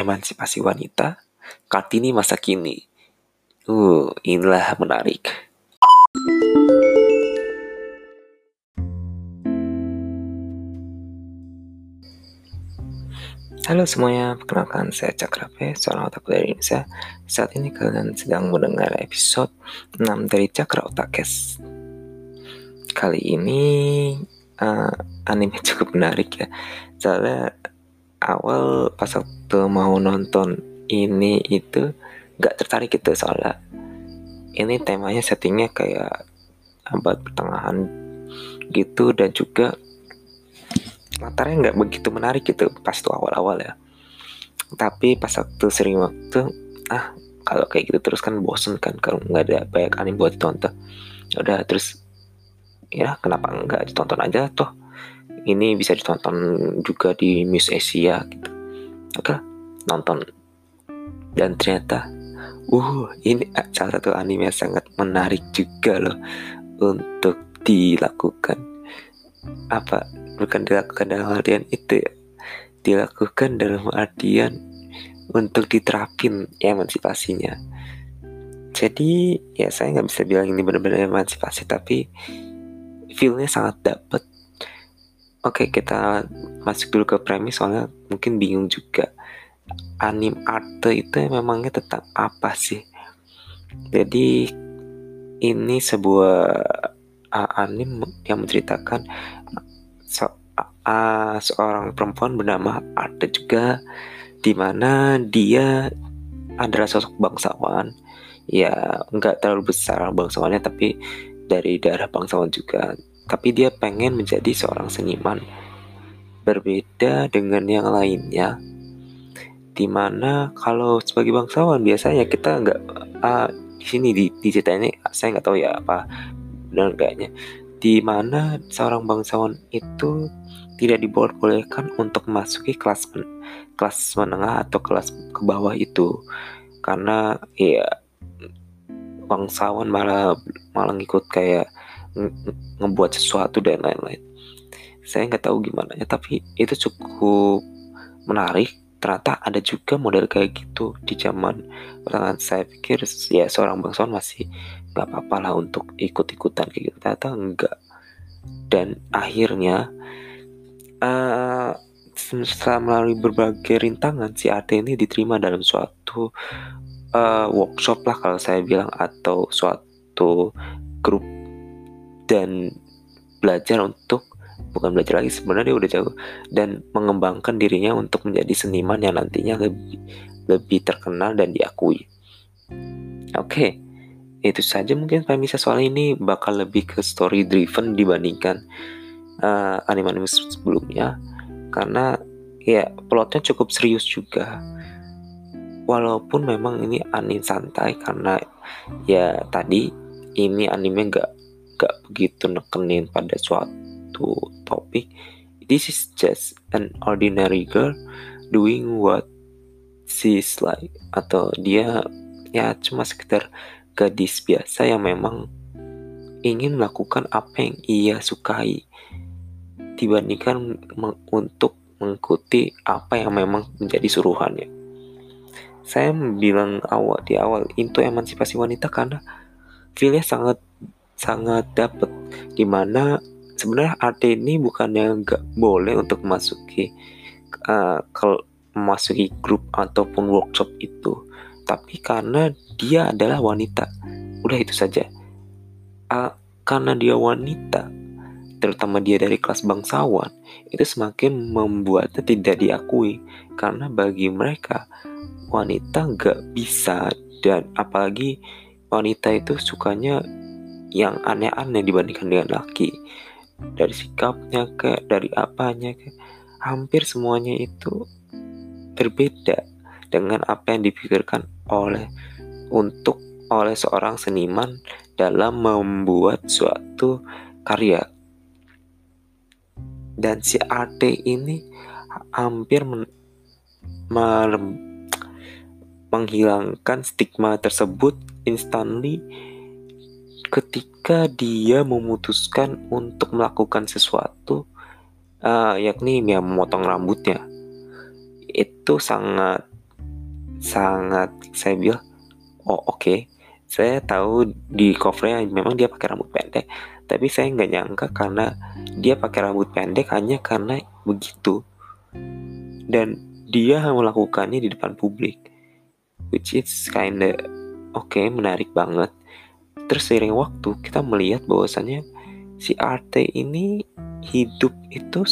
emansipasi wanita, Kartini masa kini. Inilah menarik. Halo semuanya, perkenalkan saya Cakrape, seorang otaku dari Indonesia. Saat ini kalian sedang mendengar episode 6 dari Cakra Otakes. Kali ini anime cukup menarik ya. Soalnya awal pas waktu mau nonton ini itu gak tertarik gitu, soalnya ini temanya settingnya kayak abad pertengahan gitu, dan juga latarnya nggak begitu menarik gitu pas itu awal-awal ya. Tapi pas waktu sering waktu, kalau kayak gitu terus kan bosen kan kalau nggak ada banyak anime buat ditonton. Udah, terus ya kenapa nggak ditonton aja, toh ini bisa ditonton juga di Muse Asia gitu. Oke, nonton. Dan ternyata ini salah satu anime yang sangat menarik juga loh untuk dilakukan. Bukan dilakukan dalam artian itu ya, dilakukan dalam artian untuk diterapin emansipasinya. Jadi ya saya nggak bisa bilang ini benar-benar emansipasi, tapi feelnya sangat dapet. Oke, kita masuk dulu ke premis, soalnya mungkin bingung juga. Anime art itu memangnya tentang apa sih? Jadi ini sebuah anime yang menceritakan seorang perempuan bernama Arte juga, dimana dia adalah sosok bangsawan. Ya nggak terlalu besar bangsawannya, tapi dari daerah bangsawan juga. Tapi dia pengen menjadi seorang seniman, berbeda dengan yang lainnya. Dimana kalau sebagai bangsawan biasanya kita nggak di sini di cerita ini saya nggak tahu ya apa benar enggaknya, dimana seorang bangsawan itu tidak dibolehkan untuk memasuki kelas menengah atau kelas ke bawah itu, karena ya bangsawan malah ngikut kayak ngebuat sesuatu dan lain-lain. Saya nggak tahu gimana ya, tapi itu cukup menarik. Ternyata ada juga model kayak gitu di zaman pertengahan. Saya pikir ya seorang bangsawan masih nggak apa-apa lah untuk ikut-ikutan kayak gitu. Ternyata enggak. Dan akhirnya setelah melalui berbagai rintangan, si Ade ini diterima dalam suatu workshop lah kalau saya bilang, atau suatu grup, dan belajar untuk, bukan belajar lagi sebenarnya, dia udah jago, dan mengembangkan dirinya untuk menjadi seniman yang nantinya lebih terkenal dan diakui. Oke, itu saja mungkin premisnya. Soal ini bakal lebih ke story driven dibandingkan anime-anime sebelumnya, karena ya plotnya cukup serius juga. Walaupun memang ini anime santai, karena ya tadi ini anime gak begitu nekenin pada suatu topik. This is just an ordinary girl doing what she's like, atau dia ya cuma sekedar gadis biasa yang memang ingin melakukan apa yang ia sukai, dibandingkan untuk mengikuti apa yang memang menjadi suruhannya. Saya bilang di awal itu emansipasi wanita karena feelnya sangat dapet, dimana sebenarnya Arte ini bukannya nggak boleh untuk memasuki grup ataupun workshop itu, tapi karena dia adalah wanita, udah itu saja. Karena dia wanita, terutama dia dari kelas bangsawan, itu semakin membuatnya tidak diakui, karena bagi mereka wanita nggak bisa, dan apalagi wanita itu sukanya yang aneh-aneh dibandingkan dengan laki. Dari sikapnya kayak dari apanya kayak hampir semuanya itu berbeda dengan apa yang dipikirkan oleh seorang seniman dalam membuat suatu karya. Dan si Arte ini hampir menghilangkan stigma tersebut instantly ketika dia memutuskan untuk melakukan sesuatu, yakni memotong rambutnya. Itu sangat sangat saya bilang, oh oke. Saya tahu di covernya memang dia pakai rambut pendek, tapi saya nggak nyangka karena dia pakai rambut pendek hanya karena begitu, dan dia melakukannya di depan publik, which is kinda oke, menarik banget. Terus seiring waktu kita melihat bahwasannya si Arte ini hidup itu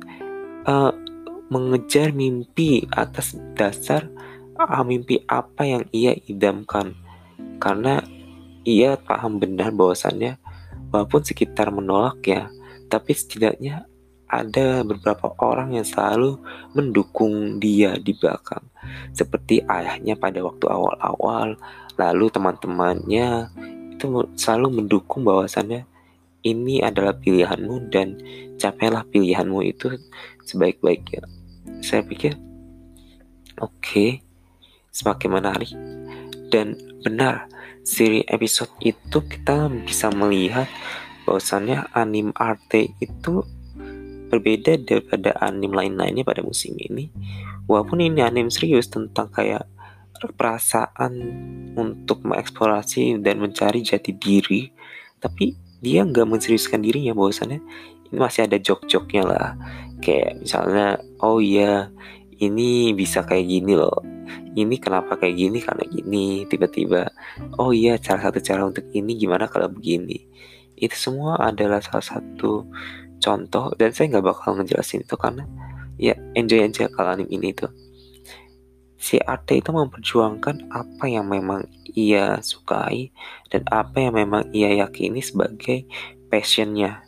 mengejar mimpi atas dasar mimpi apa yang ia idamkan, karena ia paham benar bahwasannya walaupun sekitar menolak ya, tapi setidaknya ada beberapa orang yang selalu mendukung dia di belakang, seperti ayahnya pada waktu awal-awal, lalu teman-temannya itu selalu mendukung bahwasannya ini adalah pilihanmu dan capailah pilihanmu itu sebaik-baiknya. Saya pikir oke, semakin menarik. Dan benar, seri episode itu kita bisa melihat bahwasannya anime Arte itu berbeda daripada anime lain-lainnya pada musim ini. Walaupun ini anime serius tentang kayak perasaan untuk mengeksplorasi dan mencari jati diri, tapi dia nggak menseriuskan dirinya, bahwasannya ini masih ada jok-joknya lah. Kayak misalnya, oh iya, ini bisa kayak gini loh. Ini kenapa kayak gini, karena gini. Tiba-tiba, oh iya, salah satu cara untuk ini gimana kalau begini. Itu semua adalah salah satu contoh, dan saya nggak bakal ngejelasin itu karena ya enjoy aja kalau anime ini tuh. Si Arte itu memperjuangkan apa yang memang ia sukai dan apa yang memang ia yakini sebagai passionnya.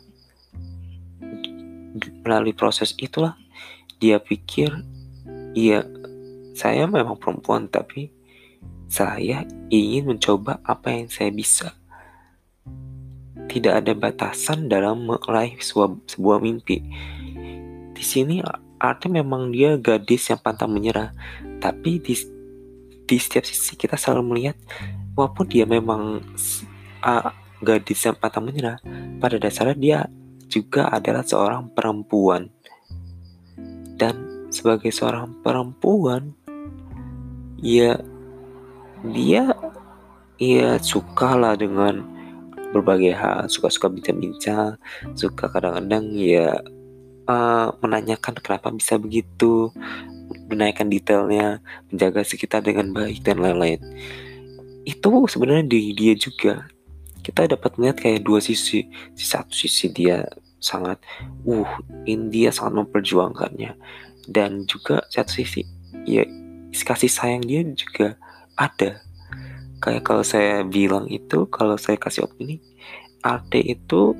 Melalui proses itulah dia pikir, iya, saya memang perempuan, tapi saya ingin mencoba apa yang saya bisa. Tidak ada batasan dalam meraih sebuah mimpi. Di sini Arte memang dia gadis yang pantang menyerah, tapi di setiap sisi kita selalu melihat walaupun dia memang gadis yang pantang menyerah, pada dasarnya dia juga adalah seorang perempuan. Dan sebagai seorang perempuan, ya dia suka lah dengan berbagai hal, suka bincang-bincang, suka kadang-kadang ya menanyakan kenapa bisa begitu, menanyakan detailnya, menjaga sekitar dengan baik dan lain-lain. Itu sebenarnya di dia juga kita dapat melihat kayak dua sisi. Di satu sisi dia sangat dia sangat memperjuangkannya, dan juga satu sisi ya kasih sayang dia juga ada. Kayak kalau saya bilang itu, kalau saya kasih opini, Arte itu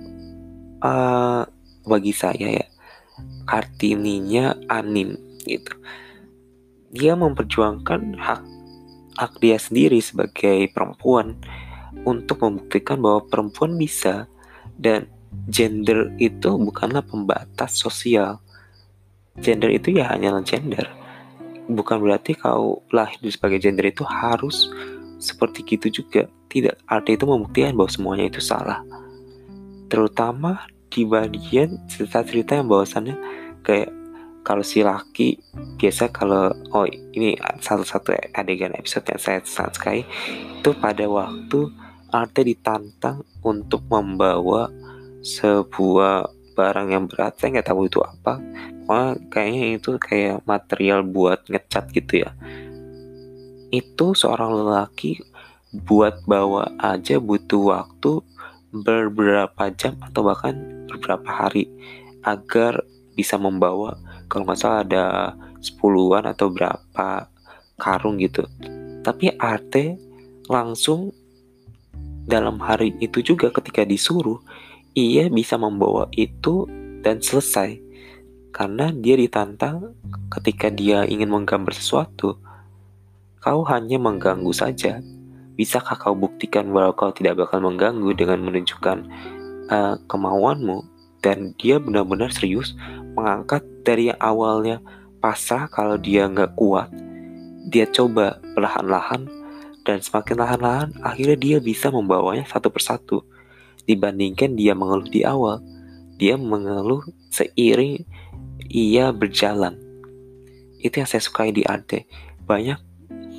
bagi saya ya Kartininya anime gitu. Dia memperjuangkan hak dia sendiri sebagai perempuan untuk membuktikan bahwa perempuan bisa, dan gender itu bukanlah pembatas sosial. Gender itu ya hanyalah gender. Bukan berarti kau lahir sebagai gender itu harus seperti gitu juga. Tidak, Arte itu membuktikan bahwa semuanya itu salah. Terutama di bagian cerita-cerita yang bahwasannya kayak kalau si laki biasa ini satu adegan episode yang saya sangat sukai itu pada waktu Arte ditantang untuk membawa sebuah barang yang berat, saya nggak tahu itu apa, kayaknya itu kayak material buat ngecat gitu ya. Itu seorang lelaki buat bawa aja butuh waktu beberapa jam atau bahkan beberapa hari agar bisa membawa, kalau nggak salah ada 10-an atau berapa karung gitu. Tapi Arte langsung dalam hari itu juga ketika disuruh, ia bisa membawa itu dan selesai. Karena dia ditantang ketika dia ingin menggambar sesuatu, kau hanya mengganggu saja. Bisakah kau buktikan bahwa kau tidak bakal mengganggu dengan menunjukkan kemauanmu? Dan dia benar-benar serius mengangkat dari yang awalnya pasrah kalau dia nggak kuat. Dia coba perlahan-lahan, dan semakin lahan-lahan akhirnya dia bisa membawanya satu persatu. Dibandingkan dia mengeluh di awal, dia mengeluh seiring ia berjalan. Itu yang saya sukai di Arte. Banyak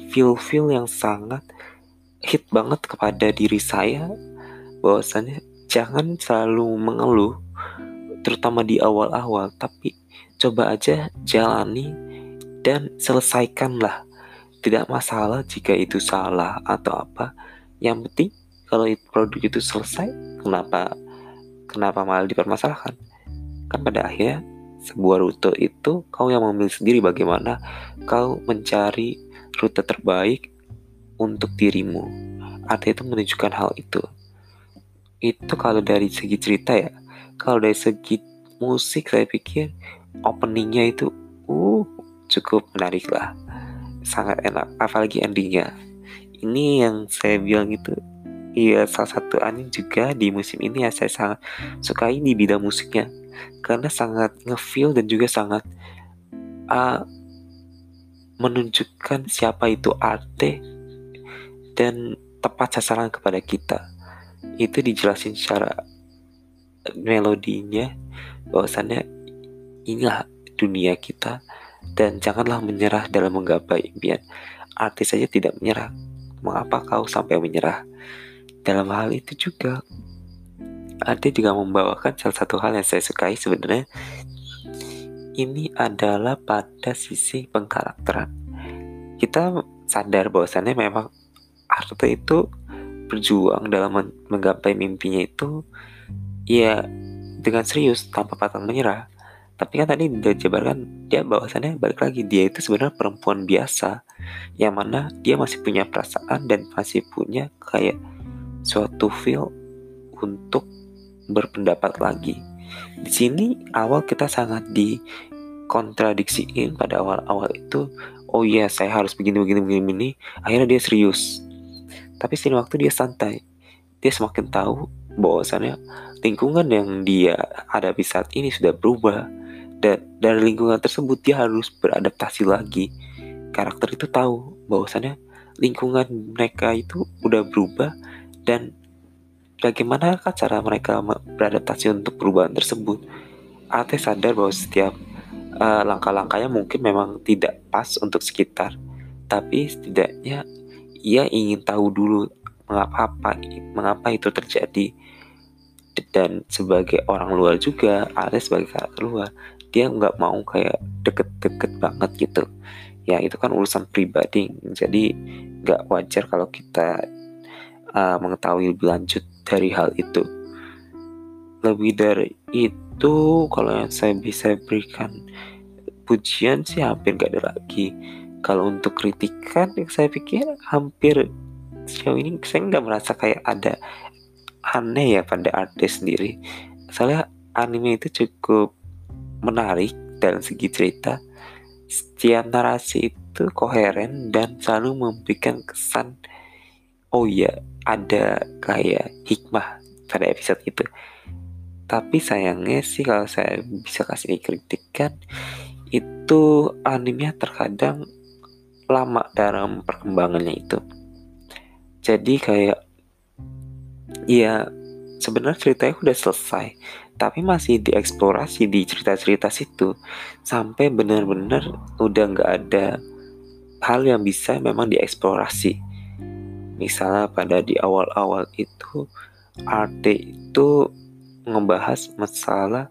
feel yang sangat hit banget kepada diri saya, bahwasannya jangan selalu mengeluh terutama di awal-awal, tapi coba aja jalani dan selesaikanlah. Tidak masalah jika itu salah atau apa, yang penting kalau produk itu selesai, kenapa malah dipermasalahkan? Kan pada akhirnya sebuah rute itu kau yang memilih sendiri bagaimana kau mencari rute terbaik untuk dirimu. Artinya itu menunjukkan hal itu. Itu kalau dari segi cerita ya. Kalau dari segi musik saya pikir openingnya itu cukup menarik lah. Sangat enak, apalagi endingnya. Ini yang saya bilang itu, iya, salah satu anime juga di musim ini ya saya sangat sukai di bidang musiknya, karena sangat ngefeel dan juga sangat menunjukkan siapa itu Arte dan tepat sasaran kepada kita. Itu dijelasin secara melodinya, bahwasannya inilah dunia kita dan janganlah menyerah dalam menggapai impian. Artis saja tidak menyerah, mengapa kau sampai menyerah? Dalam hal itu juga Arte juga membawakan salah satu hal yang saya sukai sebenarnya. Ini adalah pada sisi pengkarakteran. Kita sadar bahwasannya memang Arte itu berjuang dalam menggapai mimpinya itu ya dengan serius tanpa pantang menyerah. Tapi kan tadi dijabarkan dia bahwasannya balik lagi, dia itu sebenarnya perempuan biasa yang mana dia masih punya perasaan dan masih punya kayak suatu feel untuk berpendapat lagi. Di sini awal kita sangat dikontradiksiin pada awal-awal itu. Oh iya, saya harus begini. Akhirnya dia serius. Tapi sini waktu dia santai. Dia semakin tahu bahwasannya lingkungan yang dia hadapi saat ini sudah berubah. Dan dari lingkungan tersebut dia harus beradaptasi lagi. Karakter itu tahu bahwasannya lingkungan mereka itu udah berubah dan bagaimana cara mereka beradaptasi untuk perubahan tersebut. Ate sadar bahwa setiap langkah-langkahnya mungkin memang tidak pas untuk sekitar, tapi setidaknya ia ingin tahu dulu mengapa itu terjadi. Dan sebagai orang luar juga, Ate sebagai karakter luar, dia nggak mau kayak deket-deket banget gitu. Ya itu kan urusan pribadi, jadi nggak wajar kalau kita mengetahui lebih lanjut dari hal itu. Lebih dari itu, kalau yang saya bisa berikan pujian sih hampir gak ada lagi. Kalau untuk kritikan, saya pikir hampir sejauh ini saya nggak merasa kayak ada aneh ya pada artis sendiri. Soalnya anime itu cukup menarik dalam segi cerita. Setiap narasi itu koheren dan selalu memberikan kesan, oh iya, ada kayak hikmah pada episode itu. Tapi sayangnya sih kalau saya bisa kasih kritikan, itu animenya terkadang lama dalam perkembangannya itu. Jadi kayak ya sebenarnya ceritanya udah selesai, tapi masih dieksplorasi di cerita-cerita situ sampai benar-benar udah nggak ada hal yang bisa memang dieksplorasi. Misalnya pada di awal-awal itu Arte itu ngebahas masalah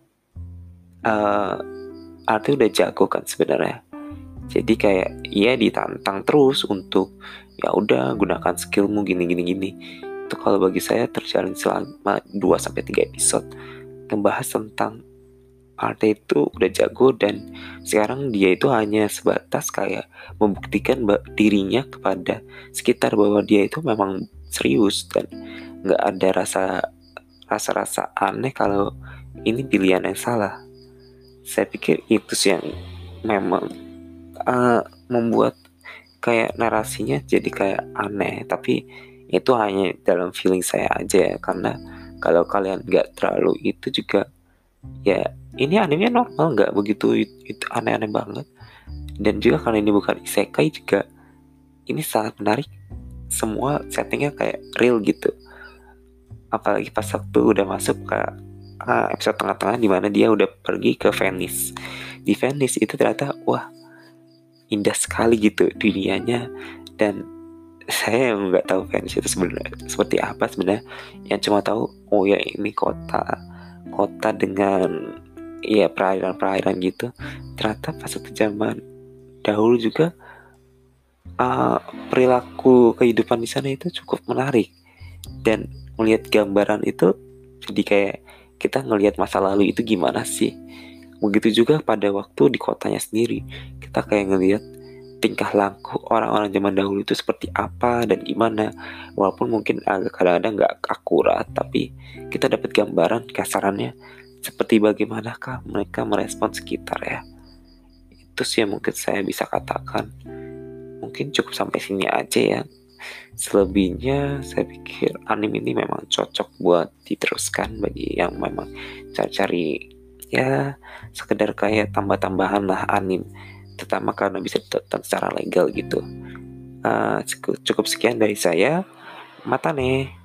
Arte udah jago kan sebenarnya. Jadi kayak ia ditantang terus untuk ya udah gunakan skillmu gini. Itu kalau bagi saya terjalin selama 2-3 episode ngebahas tentang Arte itu udah jago dan sekarang dia itu hanya sebatas kayak membuktikan dirinya kepada sekitar bahwa dia itu memang serius dan nggak ada rasa aneh kalau ini pilihan yang salah. Saya pikir itu sih yang memang membuat kayak narasinya jadi kayak aneh, tapi itu hanya dalam feeling saya aja ya, karena kalau kalian nggak terlalu itu juga ya ini animenya normal, nggak begitu itu aneh-aneh banget. Dan juga karena ini bukan isekai juga, ini sangat menarik, semua settingnya kayak real gitu. Apalagi pas waktu udah masuk ke episode tengah-tengah di mana dia udah pergi ke Venice. Di Venice itu ternyata wah indah sekali gitu dunianya. Dan saya nggak tahu Venice itu sebenarnya seperti apa sebenarnya, yang cuma tahu oh ya ini kota dengan ya perairan-perairan gitu. Ternyata pas satu zaman dahulu juga uh, perilaku kehidupan di sana itu cukup menarik, dan melihat gambaran itu jadi kayak kita ngelihat masa lalu itu gimana sih. Begitu juga pada waktu di kotanya sendiri, kita kayak ngelihat tingkah laku orang-orang zaman dahulu itu seperti apa dan gimana. Walaupun mungkin agak kadang-kadang nggak akurat, tapi kita dapat gambaran kasarannya seperti bagaimanakah mereka merespon sekitar ya. Itu sih yang mungkin saya bisa katakan. Mungkin cukup sampai sini aja ya. Selebihnya saya pikir anime ini memang cocok buat diteruskan bagi yang memang cari-cari ya sekedar kayak tambah-tambahan lah anime, terutama karena bisa ditonton secara legal gitu. Cukup sekian dari saya. Mata nih.